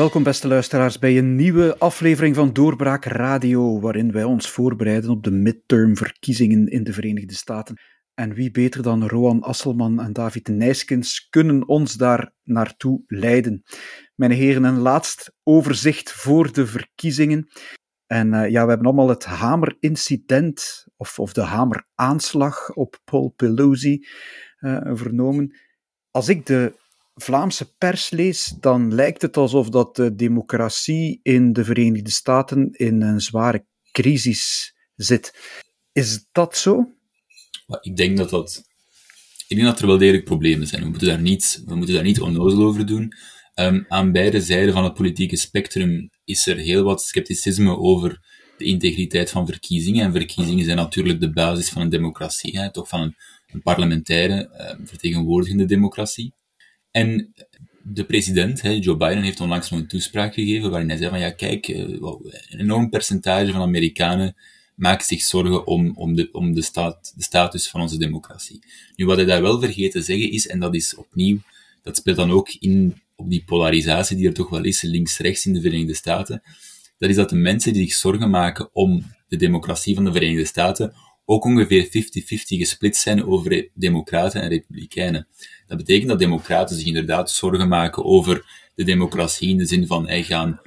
Welkom beste luisteraars bij een nieuwe aflevering van Doorbraak Radio, waarin wij ons voorbereiden op de midtermverkiezingen in de Verenigde Staten. En wie beter dan Roan Asselman en David Nijskens kunnen ons daar naartoe leiden. Mijn heren, een laatst overzicht voor de verkiezingen. En we hebben allemaal het hamerincident, of de hameraanslag op Paul Pelosi vernomen. Als ik de Vlaamse pers lees, dan lijkt het alsof dat de democratie in de Verenigde Staten in een zware crisis zit. Is dat zo? Ik denk dat er wel degelijk problemen zijn. We moeten daar niet onnozel over doen. Aan beide zijden van het politieke spectrum is er heel wat scepticisme over de integriteit van verkiezingen. En verkiezingen zijn natuurlijk de basis van een democratie, toch van een parlementaire, vertegenwoordigende democratie. En de president, Joe Biden, heeft onlangs nog een toespraak gegeven waarin hij zei van, een enorm percentage van Amerikanen maakt zich zorgen om de status van onze democratie. Nu, wat hij daar wel vergeet te zeggen is, en dat is opnieuw, dat speelt dan ook in op die polarisatie die er toch wel is, links-rechts in de Verenigde Staten, dat is dat de mensen die zich zorgen maken om de democratie van de Verenigde Staten ook ongeveer 50-50 gesplit zijn over democraten en republikeinen. Dat betekent dat democraten zich inderdaad zorgen maken over de democratie in de zin van, gaan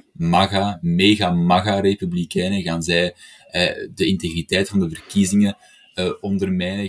mega-republikeinen, gaan zij de integriteit van de verkiezingen ondermijnen,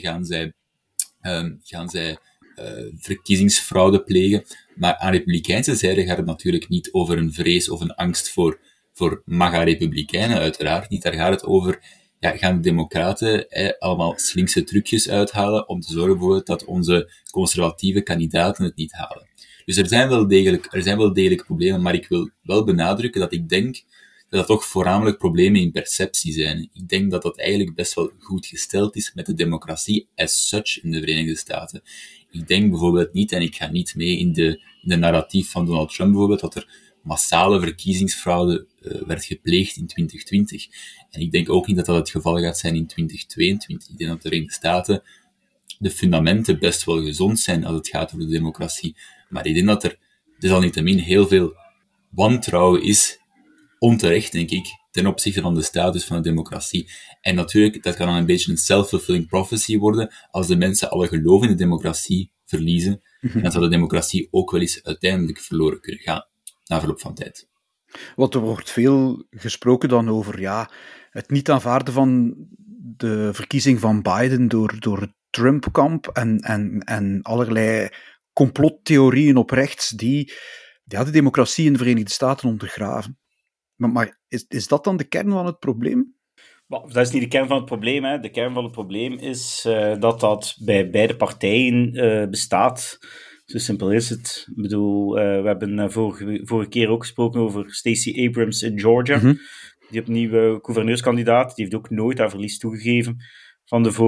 gaan zij verkiezingsfraude plegen. Maar aan republikeinse zijde gaat het natuurlijk niet over een vrees of een angst voor MAGA-republikeinen, uiteraard niet. Daar gaat het over, gaan de democraten allemaal slinkse trucjes uithalen om te zorgen bijvoorbeeld dat onze conservatieve kandidaten het niet halen. Dus er zijn wel degelijk problemen, maar ik wil wel benadrukken dat ik denk dat toch voornamelijk problemen in perceptie zijn. Ik denk dat dat eigenlijk best wel goed gesteld is met de democratie as such in de Verenigde Staten. Ik denk bijvoorbeeld niet, en ik ga niet mee in de narratief van Donald Trump bijvoorbeeld, dat er massale verkiezingsfraude werd gepleegd in 2020. En ik denk ook niet dat dat het geval gaat zijn in 2022. Ik denk dat er in de Staten de fundamenten best wel gezond zijn als het gaat over de democratie. Maar ik denk dat er desalniettemin heel veel wantrouwen is, onterecht, denk ik, ten opzichte van de status van de democratie. En natuurlijk, dat kan dan een beetje een self-fulfilling prophecy worden, als de mensen alle geloof in de democratie verliezen, en dan zal de democratie ook wel eens uiteindelijk verloren kunnen gaan, na verloop van tijd. Want er wordt veel gesproken dan over het niet aanvaarden van de verkiezing van Biden door het Trump-kamp en allerlei complottheorieën op rechts die de democratie in de Verenigde Staten ondergraven. Maar is dat dan de kern van het probleem? Dat is niet de kern van het probleem. Hè. De kern van het probleem is dat bij beide partijen bestaat. Zo simpel is het. Ik bedoel, we hebben vorige keer ook gesproken over Stacey Abrams in Georgia. Die opnieuw gouverneurskandidaat. Die heeft ook nooit haar verlies toegegeven van de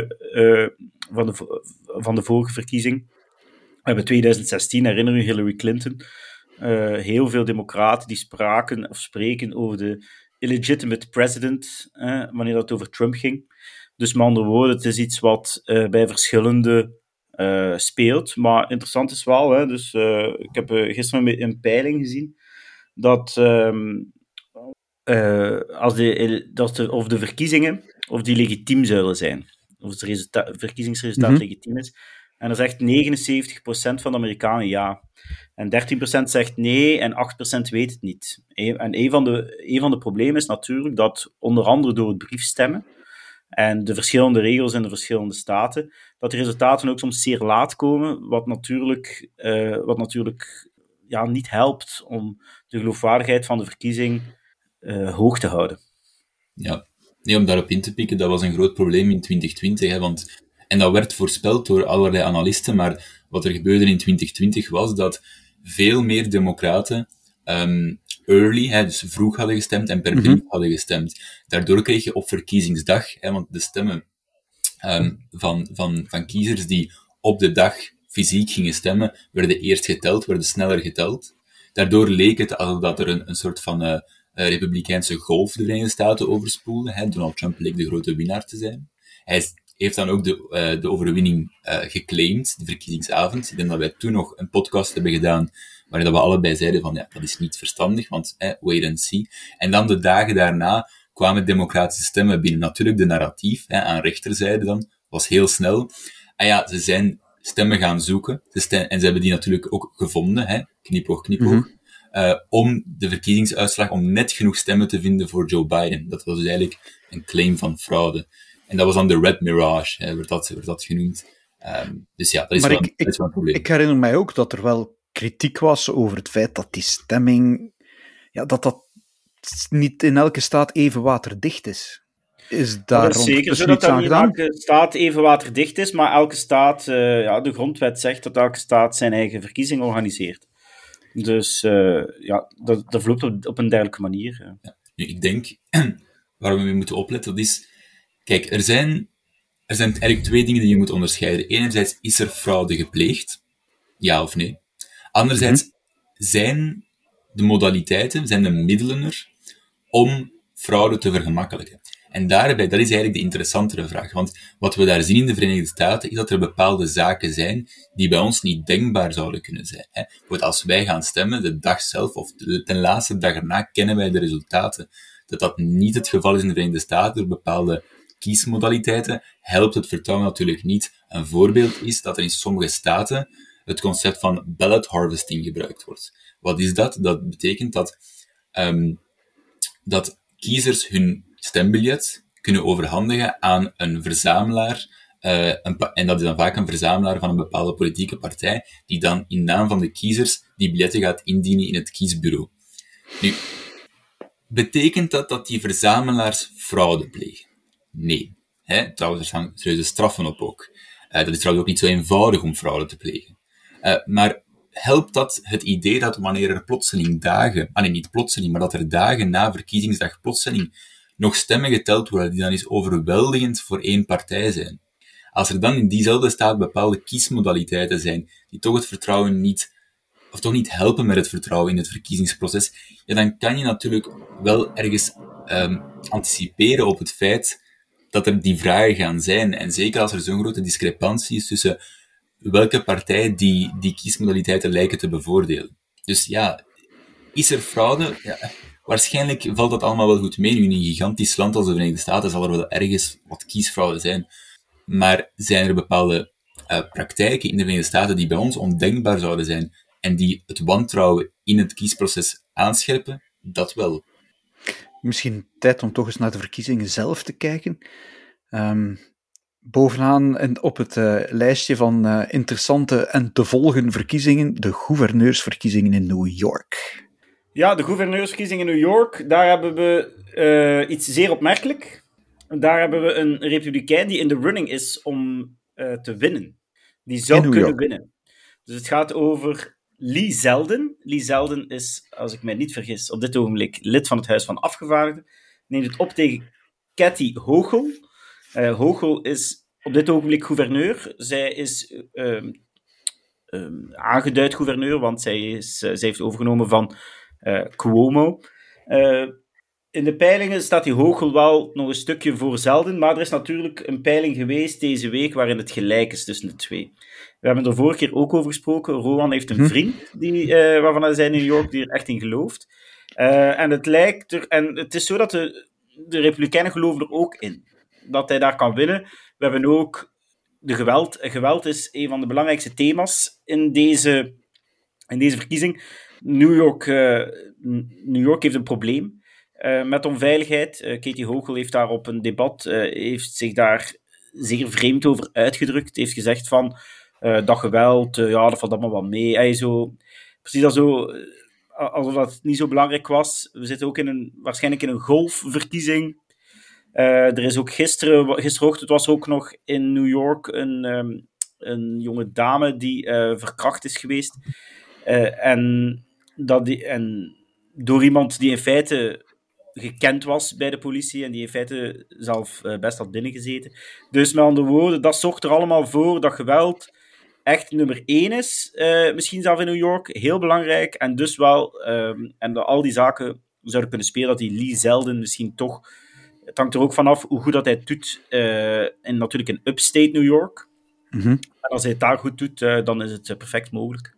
vorige verkiezing. We hebben 2016, herinner u Hillary Clinton. Heel veel democraten die spreken over de illegitimate president, wanneer dat over Trump ging. Dus met andere woorden, het is iets wat bij verschillende speelt. Maar interessant is wel, dus ik heb gisteren een peiling gezien, dat of de verkiezingen, of die legitiem zouden zijn. Of het verkiezingsresultaat legitiem is. En dan zegt 79% van de Amerikanen ja. En 13% zegt nee en 8% weet het niet. En een van de problemen is natuurlijk dat, onder andere door het briefstemmen en de verschillende regels in de verschillende staten, dat de resultaten ook soms zeer laat komen, wat natuurlijk niet helpt om de geloofwaardigheid van de verkiezing hoog te houden. Ja, nee, om daarop in te pikken, dat was een groot probleem in 2020, en dat werd voorspeld door allerlei analisten, maar wat er gebeurde in 2020 was dat veel meer democraten early, dus vroeg hadden gestemd en per brief hadden gestemd. Daardoor kreeg je op verkiezingsdag, want de stemmen van kiezers die op de dag fysiek gingen stemmen, werden eerst geteld, werden sneller geteld. Daardoor leek het alsof dat er een soort van republikeinse golf de Verenigde Staten overspoelde. Donald Trump leek de grote winnaar te zijn. Hij heeft dan ook de overwinning geclaimd, de verkiezingsavond. Ik denk dat wij toen nog een podcast hebben gedaan waarin dat we allebei zeiden van, ja, dat is niet verstandig, want wait and see. En dan de dagen daarna kwamen democratische stemmen binnen. Natuurlijk, de narratief aan rechterzijde dan was heel snel. En ja, ze zijn stemmen gaan zoeken, en ze hebben die natuurlijk ook gevonden, knipoog, om de verkiezingsuitslag, om net genoeg stemmen te vinden voor Joe Biden. Dat was dus eigenlijk een claim van fraude. En dat was dan de Red Mirage, werd dat genoemd. Dus ja, dat is wel een probleem. Ik herinner mij ook dat er wel kritiek was over het feit dat die stemming, ja, dat niet in elke staat even waterdicht is. Is daar dat is zeker zo dat niet in elke staat even waterdicht is, maar elke staat, de grondwet zegt dat elke staat zijn eigen verkiezing organiseert. Dus dat verloopt op een dergelijke manier. Ja. Nu, ik denk, waar we mee moeten opletten, dat is, kijk, er zijn eigenlijk twee dingen die je moet onderscheiden. Enerzijds, is er fraude gepleegd? Ja of nee? Anderzijds, zijn de modaliteiten, zijn de middelen er om fraude te vergemakkelijken? En daarbij, dat is eigenlijk de interessantere vraag. Want wat we daar zien in de Verenigde Staten, is dat er bepaalde zaken zijn die bij ons niet denkbaar zouden kunnen zijn. Bijvoorbeeld als wij gaan stemmen, de dag zelf, of ten laatste dag erna, kennen wij de resultaten. Dat niet het geval is in de Verenigde Staten, door bepaalde kiesmodaliteiten, helpt het vertrouwen natuurlijk niet. Een voorbeeld is dat er in sommige staten het concept van ballot harvesting gebruikt wordt. Wat is dat? Dat betekent dat kiezers hun stembiljet kunnen overhandigen aan een verzamelaar, en dat is dan vaak een verzamelaar van een bepaalde politieke partij, die dan in naam van de kiezers die biljetten gaat indienen in het kiesbureau. Nu, betekent dat die verzamelaars fraude plegen? Nee. Trouwens, er staan serieuze straffen op ook. Dat is trouwens ook niet zo eenvoudig om fraude te plegen. Maar helpt dat het idee dat wanneer er plotseling niet plotseling, maar dat er dagen na verkiezingsdag plotseling nog stemmen geteld worden die dan eens overweldigend voor één partij zijn? Als er dan in diezelfde staat bepaalde kiesmodaliteiten zijn die toch het vertrouwen niet, of toch niet helpen met het vertrouwen in het verkiezingsproces, ja, dan kan je natuurlijk wel ergens anticiperen op het feit dat er die vragen gaan zijn. En zeker als er zo'n grote discrepantie is tussen welke partij die kiesmodaliteiten lijken te bevoordelen. Dus ja, is er fraude? Ja, waarschijnlijk valt dat allemaal wel goed mee. Nu, in een gigantisch land als de Verenigde Staten zal er wel ergens wat kiesfraude zijn. Maar zijn er bepaalde praktijken in de Verenigde Staten die bij ons ondenkbaar zouden zijn en die het wantrouwen in het kiesproces aanscherpen? Dat wel. Misschien tijd om toch eens naar de verkiezingen zelf te kijken. Bovenaan op het lijstje van interessante en te volgen verkiezingen, de gouverneursverkiezingen in New York. Ja, de gouverneursverkiezingen in New York, daar hebben we iets zeer opmerkelijk. Daar hebben we een republikein die in de running is om te winnen. Die zou kunnen winnen. Dus het gaat over Lee Zeldin. Lee Zeldin is, als ik mij niet vergis, op dit ogenblik lid van het Huis van Afgevaardigden. Neemt het op tegen Kathy Hochul. Hochul is op dit ogenblik gouverneur. Zij is aangeduid gouverneur, want zij heeft overgenomen van Cuomo. In de peilingen staat die Hochul wel nog een stukje voor Zeldin, maar er is natuurlijk een peiling geweest deze week waarin het gelijk is tussen de twee. We hebben er vorige keer ook over gesproken. Rowan heeft een vriend waarvan hij zei in New York die er echt in gelooft. En het lijkt er, en het is zo dat de Republikeinen geloven er ook in dat hij daar kan winnen. We hebben ook de geweld. Geweld is een van de belangrijkste thema's in deze verkiezing. New York heeft een probleem met onveiligheid. Katie Hochul heeft daar op een debat heeft zich daar zeer vreemd over uitgedrukt. Heeft gezegd van dat geweld, dat valt allemaal wel mee. Precies alsof dat niet zo belangrijk was. We zitten ook waarschijnlijk in een golfverkiezing. Er is ook gisterochtend was er ook nog in New York een jonge dame die verkracht is geweest. En door iemand die in feite gekend was bij de politie en die in feite zelf best had binnengezeten. Dus met andere woorden, dat zorgt er allemaal voor dat geweld echt nummer 1 is, misschien zelf in New York, heel belangrijk. En dus wel, en al die zaken zouden kunnen spelen, dat die Lee Zeldin misschien toch, het hangt er ook vanaf hoe goed dat hij het doet, natuurlijk in upstate New York. Mm-hmm. En als hij het daar goed doet, dan is het perfect mogelijk.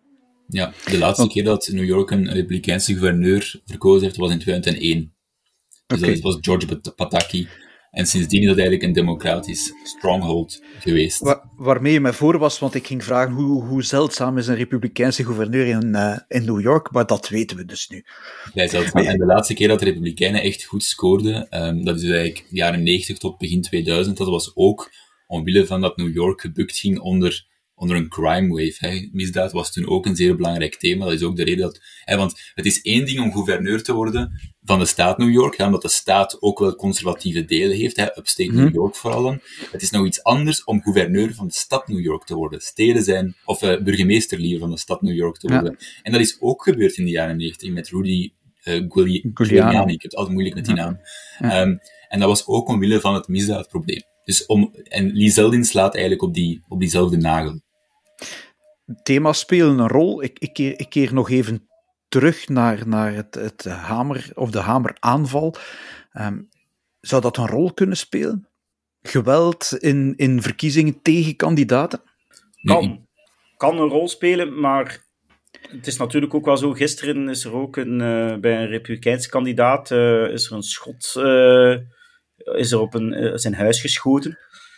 Ja, de laatste keer dat New York een republikeinse gouverneur verkozen heeft, was in 2001. Dus dat was George Pataki. En sindsdien is dat eigenlijk een democratisch stronghold geweest. Waarmee je mij voor was, want ik ging vragen hoe zeldzaam is een republikeinse gouverneur in New York, maar dat weten we dus nu. Ja, zeldzaam. En de laatste keer dat de republikeinen echt goed scoorden, dat is dus eigenlijk jaren 90 tot begin 2000, dat was ook omwille van dat New York gebukt ging onder een crime wave. Hè. Misdaad was toen ook een zeer belangrijk thema. Dat is ook de reden dat... want het is één ding om gouverneur te worden van de staat New York, omdat de staat ook wel conservatieve delen heeft, upstate New York vooral. Het is nog iets anders om gouverneur van de stad New York te worden. Steden zijn, of burgemeester liever van de stad New York te worden. Ja. En dat is ook gebeurd in de jaren 90 met Rudy Giuliani. Ik heb het altijd moeilijk met die naam. Ja. En dat was ook omwille van het misdaadprobleem. Dus en Lee Zeldin slaat eigenlijk op diezelfde nagel. Thema's spelen een rol. Ik keer nog even terug naar het hamer of de hameraanval. Zou dat een rol kunnen spelen? Geweld in verkiezingen tegen kandidaten? Kan een rol spelen, maar het is natuurlijk ook wel zo. Gisteren is er ook bij een republikeinse kandidaat is er een schot is er op zijn huis geschoten.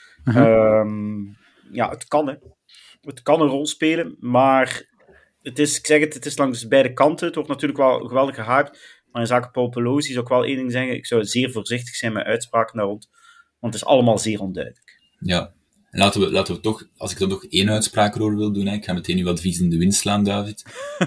Ja, het kan, hè. Het kan een rol spelen, maar het is langs beide kanten. Het wordt natuurlijk wel geweldig gehyped, maar in zaken Paul Pelosi zou ik wel één ding zeggen. Ik zou zeer voorzichtig zijn met uitspraken daar rond, want het is allemaal zeer onduidelijk. Ja, en laten we toch, als ik er nog één uitspraak over wil doen, ik ga meteen nu wat vies in de wind slaan, David.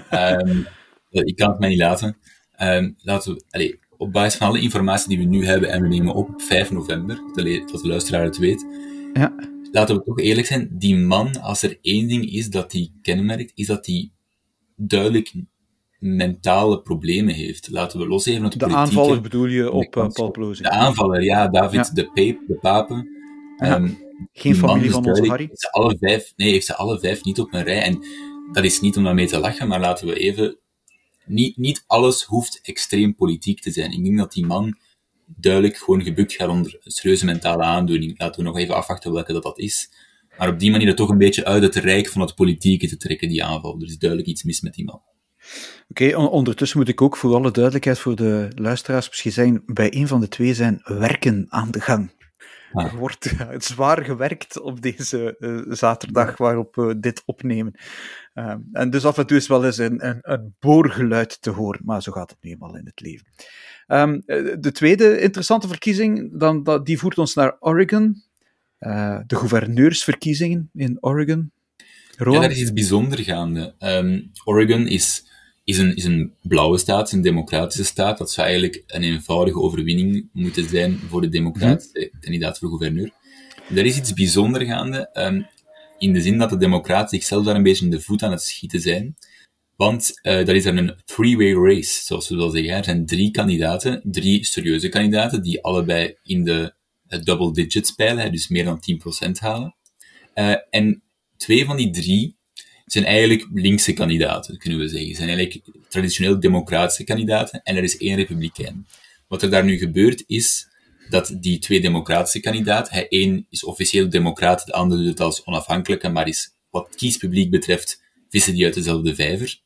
Ik kan het mij niet laten. Laten we, op basis van alle informatie die we nu hebben, en we nemen op 5 november, dat de luisteraar het weet, ja. Laten we toch eerlijk zijn, die man, als er één ding is dat hij kenmerkt, is dat hij duidelijk mentale problemen heeft. Laten we los even het politieke... De aanvaller bedoel je op Paul Pelosi? De aanvaller, ja, David, ja. De papen. Ja. Geen familie van onze Harry? Heeft ze alle 5 niet op een rij. En dat is niet om daarmee te lachen, maar laten we even... Niet alles hoeft extreem politiek te zijn. Ik denk dat die man duidelijk gewoon gebukt gaat onder een serieuze mentale aandoening. Laten we nog even afwachten welke dat is. Maar op die manier het toch een beetje uit het rijk van het politieke te trekken, die aanval. Er is duidelijk iets mis met die man. Oké, ondertussen moet ik ook voor alle duidelijkheid voor de luisteraars misschien zeggen, bij een van de twee zijn werken aan de gang. Er wordt zwaar gewerkt op deze zaterdag waarop we dit opnemen. En dus af en toe is wel eens een boorgeluid te horen, maar zo gaat het nu eenmaal in het leven. De tweede interessante verkiezing, die voert ons naar Oregon. De gouverneursverkiezingen in Oregon. Rowan? Ja, daar is iets bijzonders gaande. Oregon is een blauwe staat, een democratische staat. Dat zou eigenlijk een eenvoudige overwinning moeten zijn voor de democratische kandidaat voor gouverneur. Daar is iets bijzonders gaande, in de zin dat de democraten zichzelf daar een beetje in de voet aan het schieten zijn. Want dat is dan een three-way race, zoals we wel zeggen. Er zijn 3 kandidaten, 3 serieuze kandidaten, die allebei in de double digits peilen, dus meer dan 10% halen. En 2 van die 3 zijn eigenlijk linkse kandidaten, kunnen we zeggen. Zijn eigenlijk traditioneel democratische kandidaten, en er is 1 republikein. Wat er daar nu gebeurt, is dat die 2 democratische kandidaten, 1 is officieel democraat, de andere doet het als onafhankelijke, maar is, wat het kiespubliek betreft, vissen die uit dezelfde vijver.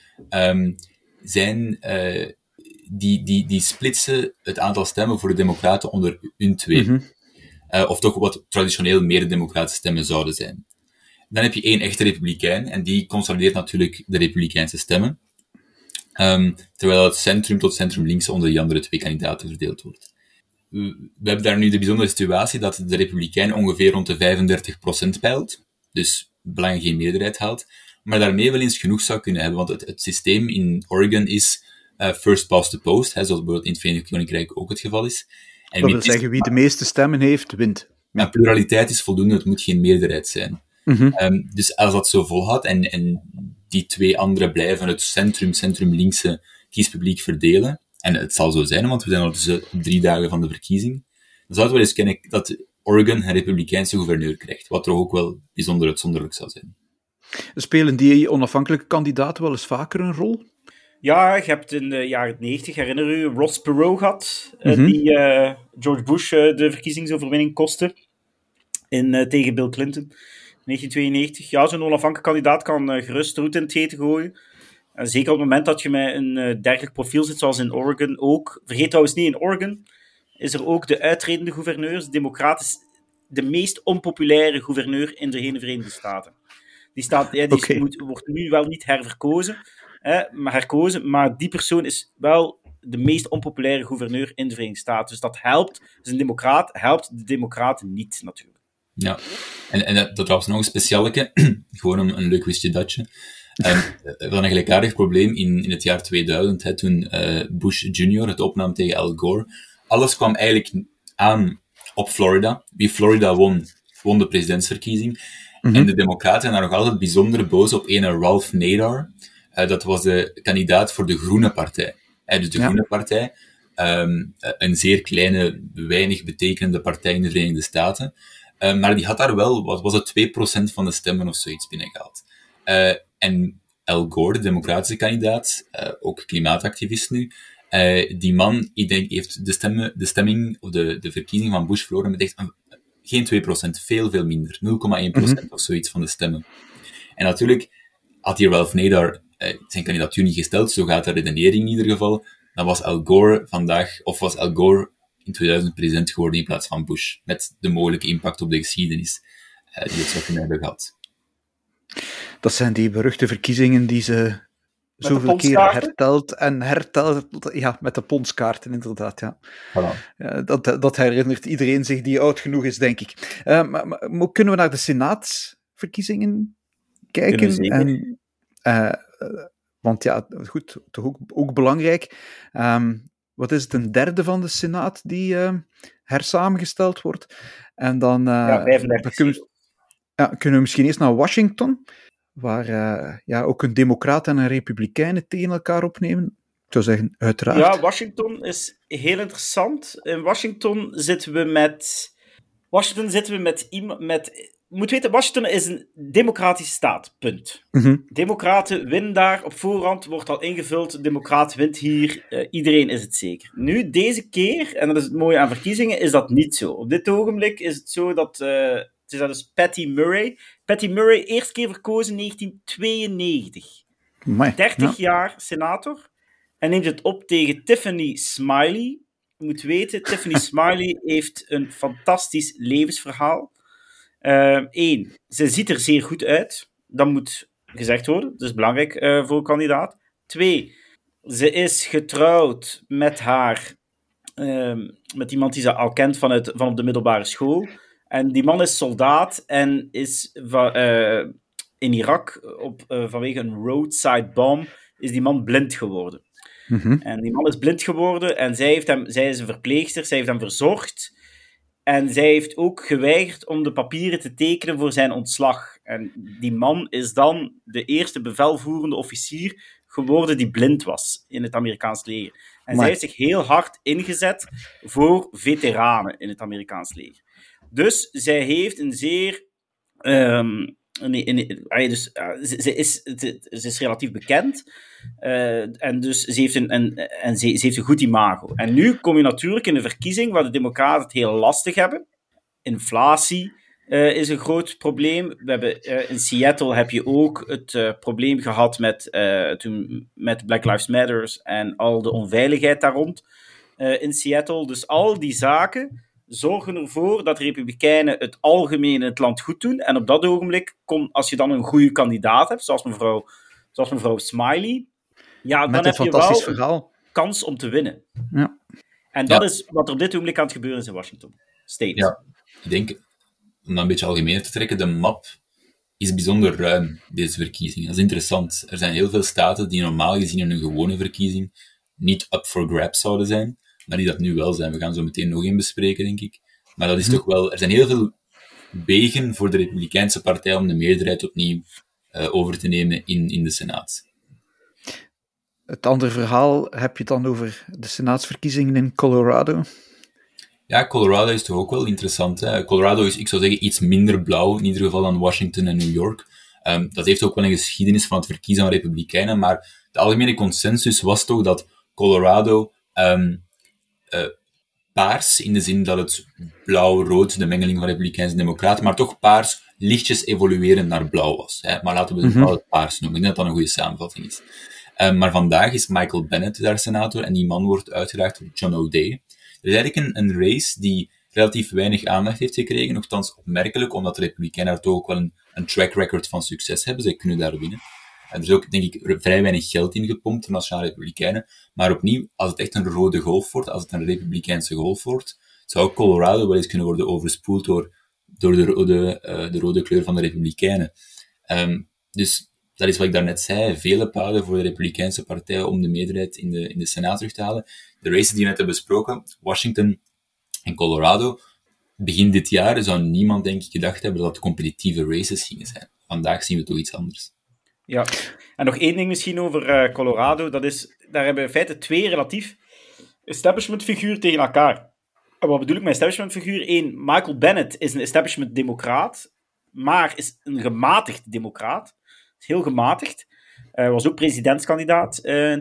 Die splitsen het aantal stemmen voor de democraten onder hun 2. Of toch wat traditioneel meer democratische stemmen zouden zijn. Dan heb je 1 echte republikein, en die consolideert natuurlijk de republikeinse stemmen. Terwijl het centrum tot centrum-links onder die andere 2 kandidaten verdeeld wordt. We hebben daar nu de bijzondere situatie dat de republikein ongeveer rond de 35% peilt. Dus belangrijk geen meerderheid haalt. Maar daarmee wel eens genoeg zou kunnen hebben, want het systeem in Oregon is first past the post, zoals bijvoorbeeld in het Verenigd Koninkrijk ook het geval is. En dat wil zeggen, wie de meeste stemmen heeft, wint. Ja, pluraliteit is voldoende, het moet geen meerderheid zijn. Dus als dat zo volhoudt en die 2 anderen blijven het centrum-linkse kiespubliek verdelen, en het zal zo zijn, want we zijn al dus op 3 dagen van de verkiezing, dan zou het wel eens kennen dat Oregon een republikeinse gouverneur krijgt, wat toch ook wel bijzonder uitzonderlijk zou zijn. Spelen die onafhankelijke kandidaten wel eens vaker een rol? Ja, je hebt in de jaren 90, herinner u, Ross Perot gehad, die George Bush de verkiezingsoverwinning kostte tegen Bill Clinton in 1992. Ja, zo'n onafhankelijke kandidaat kan gerust roet in het eten gooien. En zeker op het moment dat je met een dergelijk profiel zit, zoals in Oregon ook. Vergeet trouwens niet, in Oregon is er ook de uitredende gouverneur, de democratisch, de meest onpopulaire gouverneur in de hele Verenigde Staten. Wordt nu wel niet herkozen, maar die persoon is wel de meest onpopulaire gouverneur in de Verenigde Staten. Dus dat helpt. Dus een democraat helpt de democraten niet, natuurlijk. Ja, en dat trouwens nog een specialeke, gewoon een leuk wistje datje. We hadden een gelijkaardig probleem in het jaar 2000, toen Bush Jr. het opnam tegen Al Gore. Alles kwam eigenlijk aan op Florida. Wie Florida won de presidentsverkiezing. Mm-hmm. En de democraten waren nog altijd bijzonder boos op ene Ralph Nader. Dat was de kandidaat voor de Groene Partij. Dus de Groene Partij, een zeer kleine, weinig betekenende partij in de Verenigde Staten. Maar die had daar wel, wat was het, 2% van de stemmen of zoiets binnengehaald. En Al Gore, de democratische kandidaat, ook klimaatactivist nu, die man, ik denk, heeft de stemming, of de verkiezing van Bush verloren met echt geen 2%, veel minder. 0,1% of zoiets van de stemmen. En natuurlijk had hier Ralph Nader zijn kandidatuur niet gesteld, zo gaat de redenering in ieder geval, dan was Al Gore was Al Gore in 2000 president geworden in plaats van Bush, met de mogelijke impact op de geschiedenis die het zou kunnen hebben gehad. Dat zijn die beruchte verkiezingen die ze zoveel keer hertelt. Ja, met de ponskaarten, inderdaad. Ja. Voilà. Dat herinnert iedereen zich die oud genoeg is, denk ik. Maar kunnen we naar de senaatsverkiezingen kijken? Want ja, goed, toch ook belangrijk. Wat is het, een derde van de Senaat die hersamengesteld wordt? En dan, 35. Kunnen we misschien eerst naar Washington, waar ook een democraat en een republikein het tegen elkaar opnemen. Ik zou zeggen, uiteraard. Ja, Washington is heel interessant. In Washington zitten we met iemand. Moet weten, Washington is een democratische staat, punt. Mm-hmm. Democraten winnen daar, op voorhand wordt al ingevuld, democraat wint hier, iedereen is het zeker. Nu, deze keer, en dat is het mooie aan verkiezingen, is dat niet zo. Op dit ogenblik is het zo dat, het is dat dus Patty Murray. Patty Murray, eerste keer verkozen in 1992. 30 jaar senator. En neemt het op tegen Tiffany Smiley. Je moet weten, Tiffany Smiley heeft een fantastisch levensverhaal. Ze ziet er zeer goed uit. Dat moet gezegd worden. Dat is belangrijk voor een kandidaat. 2, ze is getrouwd met met iemand die ze al kent van op de middelbare school. En die man is soldaat en is in Irak vanwege een roadside bomb is die man blind geworden. Mm-hmm. En die man is blind geworden en zij is een verpleegster, zij heeft hem verzorgd. En zij heeft ook geweigerd om de papieren te tekenen voor zijn ontslag. En die man is dan de eerste bevelvoerende officier geworden die blind was in het Amerikaans leger. En zij heeft zich heel hard ingezet voor veteranen in het Amerikaans leger. Dus zij heeft een zeer... Ze is relatief bekend. En dus ze heeft een goed imago. En nu kom je natuurlijk in een verkiezing waar de democraten het heel lastig hebben. Inflatie is een groot probleem. We hebben, in Seattle heb je ook het probleem gehad met Black Lives Matter en al de onveiligheid daar rond in Seattle. Dus al die zaken zorgen ervoor dat de Republikeinen het algemeen in het land goed doen. En op dat ogenblik, als je dan een goede kandidaat hebt, zoals mevrouw Smiley, ja, dan heb je wel een kans om te winnen. Ja. En dat is wat er op dit ogenblik aan het gebeuren is in Washington State. Ja, ik denk, om dat een beetje algemeen te trekken, de map is bijzonder ruim, deze verkiezingen. Dat is interessant. Er zijn heel veel staten die normaal gezien in een gewone verkiezing niet up for grabs zouden zijn, maar die dat nu wel zijn. We gaan zo meteen nog één bespreken, denk ik. Maar dat is toch wel... Er zijn heel veel wegen voor de Republikeinse partij om de meerderheid opnieuw over te nemen in de Senaat. Het andere verhaal heb je dan over de senaatsverkiezingen in Colorado. Ja, Colorado is toch ook wel interessant. Hè? Colorado is, ik zou zeggen, iets minder blauw, in ieder geval dan Washington en New York. Dat heeft ook wel een geschiedenis van het verkiezen van Republikeinen, maar de algemene consensus was toch dat Colorado paars, in de zin dat het blauw-rood, de mengeling van Republikeins en Democraten, maar toch paars lichtjes evoluerend naar blauw was. Hè? Maar laten we het paars noemen. Ik denk dat dat een goede samenvatting is. Maar vandaag is Michael Bennet daar senator en die man wordt uitgedaagd door John O'Day. Er is eigenlijk een race die relatief weinig aandacht heeft gekregen, nogthans opmerkelijk, omdat de Republikeinen daar toch ook wel een track record van succes hebben. Zij kunnen daar winnen. Er is ook, denk ik, vrij weinig geld in gepompt, de Nationale Republikeinen. Maar opnieuw, als het echt een rode golf wordt, als het een Republikeinse golf wordt, zou Colorado wel eens kunnen worden overspoeld door de rode kleur van de Republikeinen. Dus dat is wat ik daarnet zei. Vele paden voor de Republikeinse partij om de meerderheid in de Senaat terug te halen. De races die we net hebben besproken, Washington en Colorado, begin dit jaar zou niemand, denk ik, gedacht hebben dat het competitieve races gingen zijn. Vandaag zien we toch iets anders. Ja, en nog één ding misschien over Colorado. Dat is, daar hebben we in feite twee relatief establishment-figuren tegen elkaar. En wat bedoel ik met establishment-figuur? Eén, Michael Bennet is een establishment-democraat, maar is een gematigd democraat. Is heel gematigd. Was ook presidentskandidaat in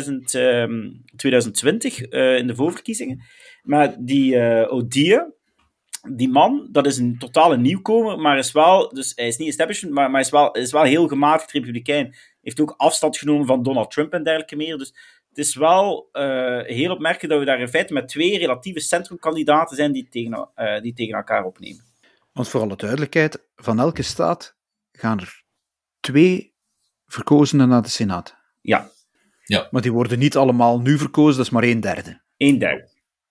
2020 in de voorverkiezingen. Maar die O'Day, die man, dat is een totale nieuwkomer, maar is wel, dus hij is niet establishment, maar is wel heel gematigd republikein. Heeft ook afstand genomen van Donald Trump en dergelijke meer. Dus het is wel heel opmerkelijk dat we daar in feite met twee relatieve centrumkandidaten zijn die tegen elkaar opnemen. Want voor alle duidelijkheid, van elke staat gaan er 2 verkozenen naar de Senaat. Ja. Maar die worden niet allemaal nu verkozen, dat is maar 1/3. 1/3.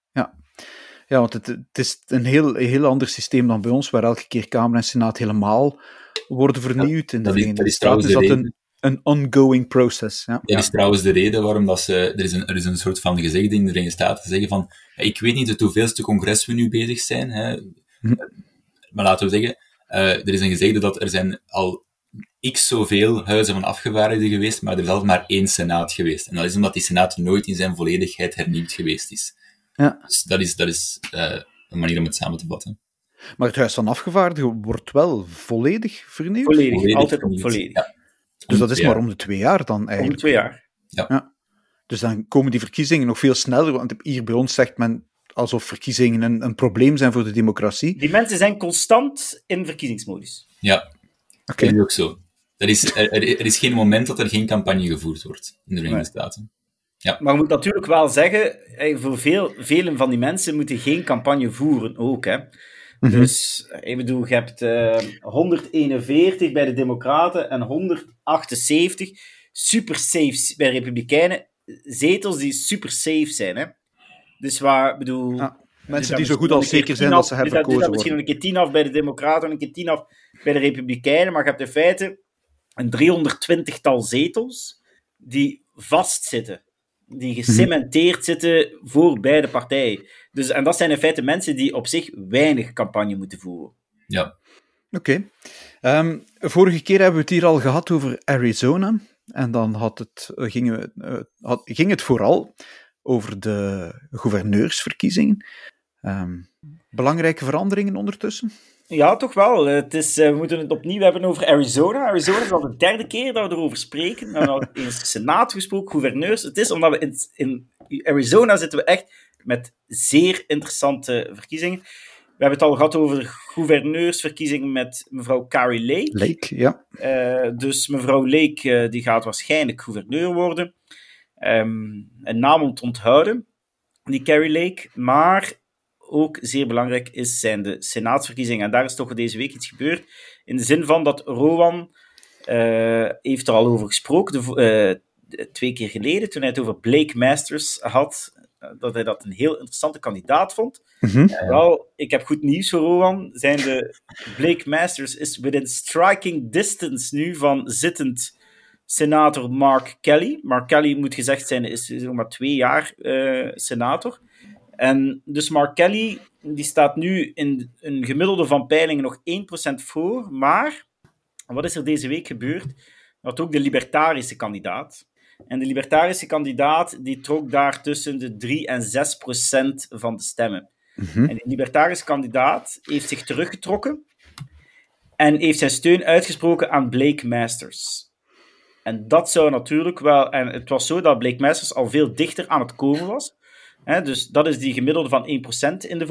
Ja, want het is een heel ander systeem dan bij ons, waar elke keer Kamer en Senaat helemaal worden vernieuwd. In de Verenigde Staten is dat een ongoing process. Ja. Dat is trouwens de reden waarom dat er is een soort van gezegde in de Verenigde Staten, zeggen van, ik weet niet het hoeveelste congres we nu bezig zijn, hè. Maar laten we zeggen, er is een gezegde dat er zijn al x zoveel huizen van afgevaardigden geweest, maar er is altijd maar 1 senaat geweest. En dat is omdat die senaat nooit in zijn volledigheid hernieuwd geweest is. Ja. Dus dat is een manier om het samen te vatten. Maar het Huis van Afgevaardigden wordt wel volledig vernieuwd? Volledig, altijd volledig. Ja. Dus dat is maar om de 2 jaar dan eigenlijk? Om de 2 jaar. Ja. Dus dan komen die verkiezingen nog veel sneller, want hier bij ons zegt men alsof verkiezingen een probleem zijn voor de democratie. Die mensen zijn constant in verkiezingsmodus. Ja, dat is ook zo. Er is geen moment dat er geen campagne gevoerd wordt in de Verenigde Staten. Ja. Maar je moet natuurlijk wel zeggen, voor velen van die mensen moeten geen campagne voeren ook. Hè. Dus, ik bedoel, je hebt 141 bij de Democraten en 178 super safe bij de Republikeinen. Zetels die super safe zijn. Hè. Dus waar, bedoel... Ja, mensen die zo goed als zeker zijn dat ze herverkozen worden. Dus misschien een keer 10 af bij de Democraten en een keer 10 af bij de Republikeinen, maar je hebt in feite een 320-tal zetels die vastzitten. Die gecementeerd zitten voor beide partijen. Dus, en dat zijn in feite mensen die op zich weinig campagne moeten voeren. Ja. Oké. Vorige keer hebben we het hier al gehad over Arizona. En dan ging het vooral over de gouverneursverkiezingen. Belangrijke veranderingen ondertussen? Ja, toch wel. We moeten het opnieuw hebben over Arizona. Arizona is al de 3e keer dat we erover spreken. We hebben al in de Senaat gesproken, gouverneurs. Het is omdat we in Arizona zitten we echt met zeer interessante verkiezingen. We hebben het al gehad over gouverneursverkiezingen met mevrouw Kari Lake. Ja. Dus mevrouw Lake die gaat waarschijnlijk gouverneur worden. Een naam om te onthouden, die Kari Lake. Maar ook zeer belangrijk zijn de senaatsverkiezingen. En daar is toch deze week iets gebeurd. In de zin van dat Rowan heeft er al over gesproken, 2 keer geleden, toen hij het over Blake Masters had, dat hij dat een heel interessante kandidaat vond. Wel, ik heb goed nieuws voor Rowan. Blake Masters is within striking distance nu van zittend senator Mark Kelly. Mark Kelly, moet gezegd zijn, is nog maar 2 jaar senator. En dus Mark Kelly, die staat nu in een gemiddelde van peilingen nog 1% voor, maar wat is er deze week gebeurd? Er had ook de libertarische kandidaat. En de libertarische kandidaat, die trok daar tussen de 3 en 6% van de stemmen. En die libertarische kandidaat heeft zich teruggetrokken en heeft zijn steun uitgesproken aan Blake Masters. En dat zou natuurlijk wel... En het was zo dat Blake Masters al veel dichter aan het komen was. Dus dat is die gemiddelde van 1% in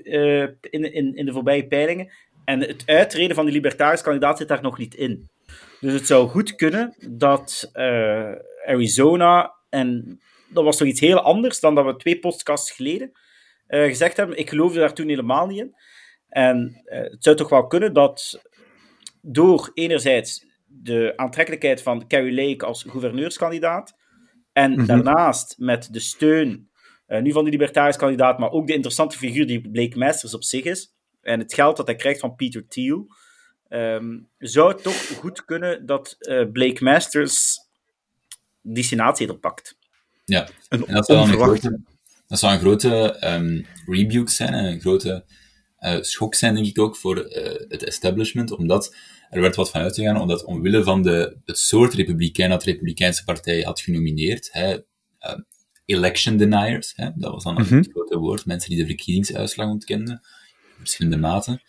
de voorbije peilingen. En het uittreden van die libertarische kandidaat zit daar nog niet in. Dus het zou goed kunnen dat Arizona, en dat was toch iets heel anders dan dat we 2 podcasts geleden gezegd hebben. Ik geloofde daar toen helemaal niet in. En het zou toch wel kunnen dat door enerzijds de aantrekkelijkheid van Kari Lake als gouverneurskandidaat en daarnaast met de steun nu van de libertarische kandidaat, maar ook de interessante figuur die Blake Masters op zich is, en het geld dat hij krijgt van Peter Thiel, zou het toch goed kunnen dat Blake Masters die senaatzetel pakt. Ja, en dat zou een grote rebuke zijn, een grote schok zijn, denk ik ook, voor het establishment, omdat er werd wat van uitgegaan, omdat omwille van het soort republikein dat de Republikeinse Partij had genomineerd, election deniers, dat was dan het grote woord, mensen die de verkiezingsuitslag ontkenden, in verschillende maten,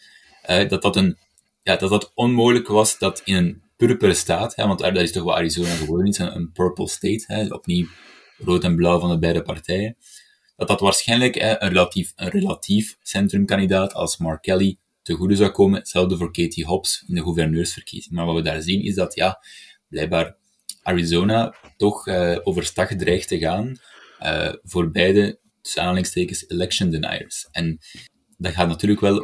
dat onmogelijk was dat in een purperen staat, want dat is toch wat Arizona geworden is, een purple state, opnieuw rood en blauw van de beide partijen, dat waarschijnlijk een relatief centrumkandidaat als Mark Kelly te goede zou komen, hetzelfde voor Katie Hobbs in de gouverneursverkiezing. Maar wat we daar zien is dat, blijkbaar Arizona toch overstag dreigt te gaan voor beide, tussen aanhalingstekens, election deniers. En dat gaat natuurlijk wel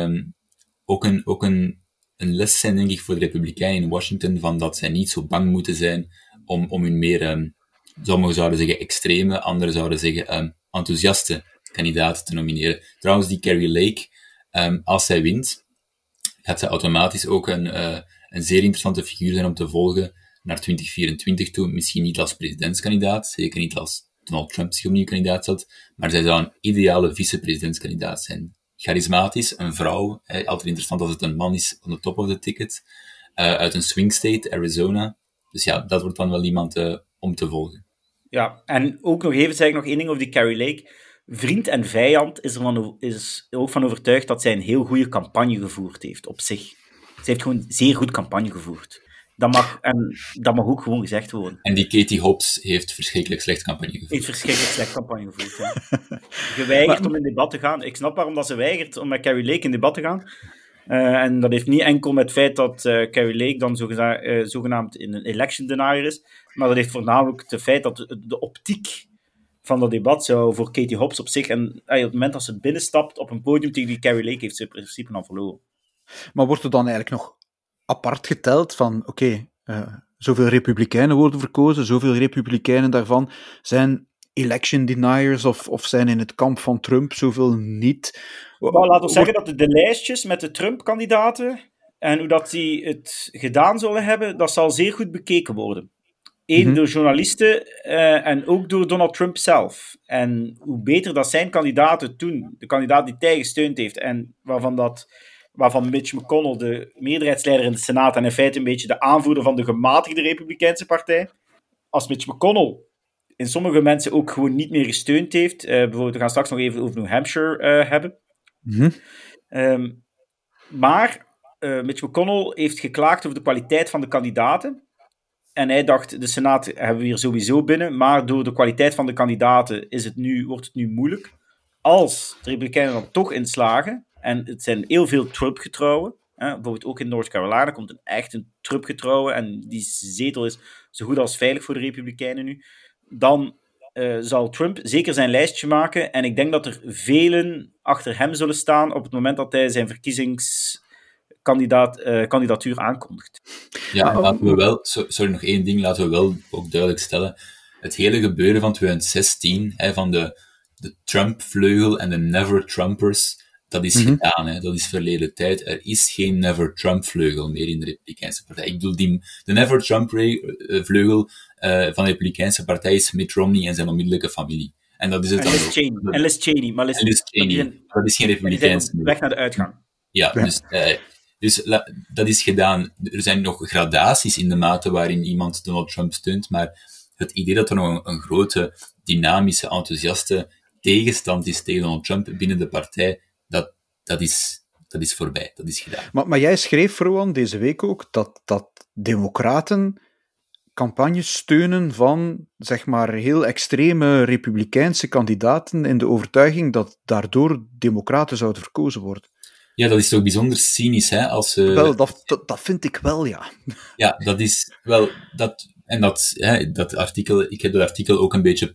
ook een les zijn, denk ik, voor de Republikeinen in Washington, van dat zij niet zo bang moeten zijn om hun meer, sommigen zouden zeggen extreme, anderen zouden zeggen enthousiaste kandidaten te nomineren. Trouwens, die Kari Lake, als zij wint, gaat zij automatisch ook een zeer interessante figuur zijn om te volgen naar 2024 toe. Misschien niet als presidentskandidaat, zeker niet als Donald Trump zich opnieuw kandidaat zet, maar zij zou een ideale vice-presidentskandidaat zijn. Charismatisch, een vrouw, altijd interessant als het een man is on the top of the ticket, uit een swing state, Arizona. Dus ja, dat wordt dan wel iemand om te volgen. Ja, en ook nog even zeg ik nog één ding over die Kari Lake. Vriend en vijand is er ook van overtuigd dat zij een heel goede campagne gevoerd heeft, op zich. Zij heeft gewoon zeer goed campagne gevoerd. Dat mag ook gewoon gezegd worden. En die Katie Hobbs heeft verschrikkelijk slecht campagne gevoerd. Heeft verschrikkelijk slecht campagne gevoerd, ja. Geweigerd om in debat te gaan. Ik snap waarom dat ze weigert om met Kari Lake in debat te gaan. En dat heeft niet enkel met het feit dat Kari Lake dan zogenaamd een election denier is, maar dat heeft voornamelijk het feit dat de optiek van dat debat zou voor Katie Hobbs op zich, en op het moment dat ze binnenstapt op een podium tegen die Kari Lake, heeft ze in principe dan verloren. Maar wordt er dan eigenlijk nog apart geteld van, zoveel republikeinen worden verkozen, zoveel republikeinen daarvan zijn election deniers of zijn in het kamp van Trump, zoveel niet? Maar laten we zeggen dat de lijstjes met de Trump-kandidaten en hoe dat die het gedaan zullen hebben, dat zal zeer goed bekeken worden. Door journalisten en ook door Donald Trump zelf. En hoe beter dat zijn kandidaten toen, de kandidaat die hij gesteund heeft en waarvan Mitch McConnell, de meerderheidsleider in de Senaat, en in feite een beetje de aanvoerder van de gematigde Republikeinse partij, als Mitch McConnell in sommige mensen ook gewoon niet meer gesteund heeft, bijvoorbeeld, we gaan straks nog even over New Hampshire hebben. Maar Mitch McConnell heeft geklaagd over de kwaliteit van de kandidaten. En hij dacht, de Senaat hebben we hier sowieso binnen, maar door de kwaliteit van de kandidaten wordt het nu moeilijk. Als de Republikeinen dan toch inslagen, en het zijn heel veel Trump-getrouwen, bijvoorbeeld ook in North Carolina komt een Trump-getrouwe, en die zetel is zo goed als veilig voor de Republikeinen nu, dan zal Trump zeker zijn lijstje maken, en ik denk dat er velen achter hem zullen staan op het moment dat hij zijn kandidatuur aankondigt. Ja, laten we wel, sorry, nog één ding, laten we wel ook duidelijk stellen. Het hele gebeuren van 2016, van de Trump-vleugel en de Never-Trumpers, dat is gedaan, dat is verleden tijd. Er is geen Never-Trump-vleugel meer in de Republikeinse Partij. Ik bedoel, de Never-Trump-vleugel van de Republikeinse Partij is Mitt Romney en zijn onmiddellijke familie. En dat is het dan ook. En Liz Cheney. Maar Liz Cheney, dat is geen Republikeinse. Weg naar de uitgang. Ja, dus dat is gedaan. Er zijn nog gradaties in de mate waarin iemand Donald Trump steunt, maar het idee dat er nog een grote, dynamische, enthousiaste tegenstand is tegen Donald Trump binnen de partij, dat is voorbij. Dat is gedaan. Maar jij schreef, Rowan, deze week ook dat democraten campagnes steunen van, zeg maar, heel extreme republikeinse kandidaten in de overtuiging dat daardoor democraten zouden verkozen worden. Ja, dat is toch bijzonder cynisch, als... Wel, dat vind ik wel, ja. Ja, dat is wel... En dat artikel, ik heb dat artikel ook een beetje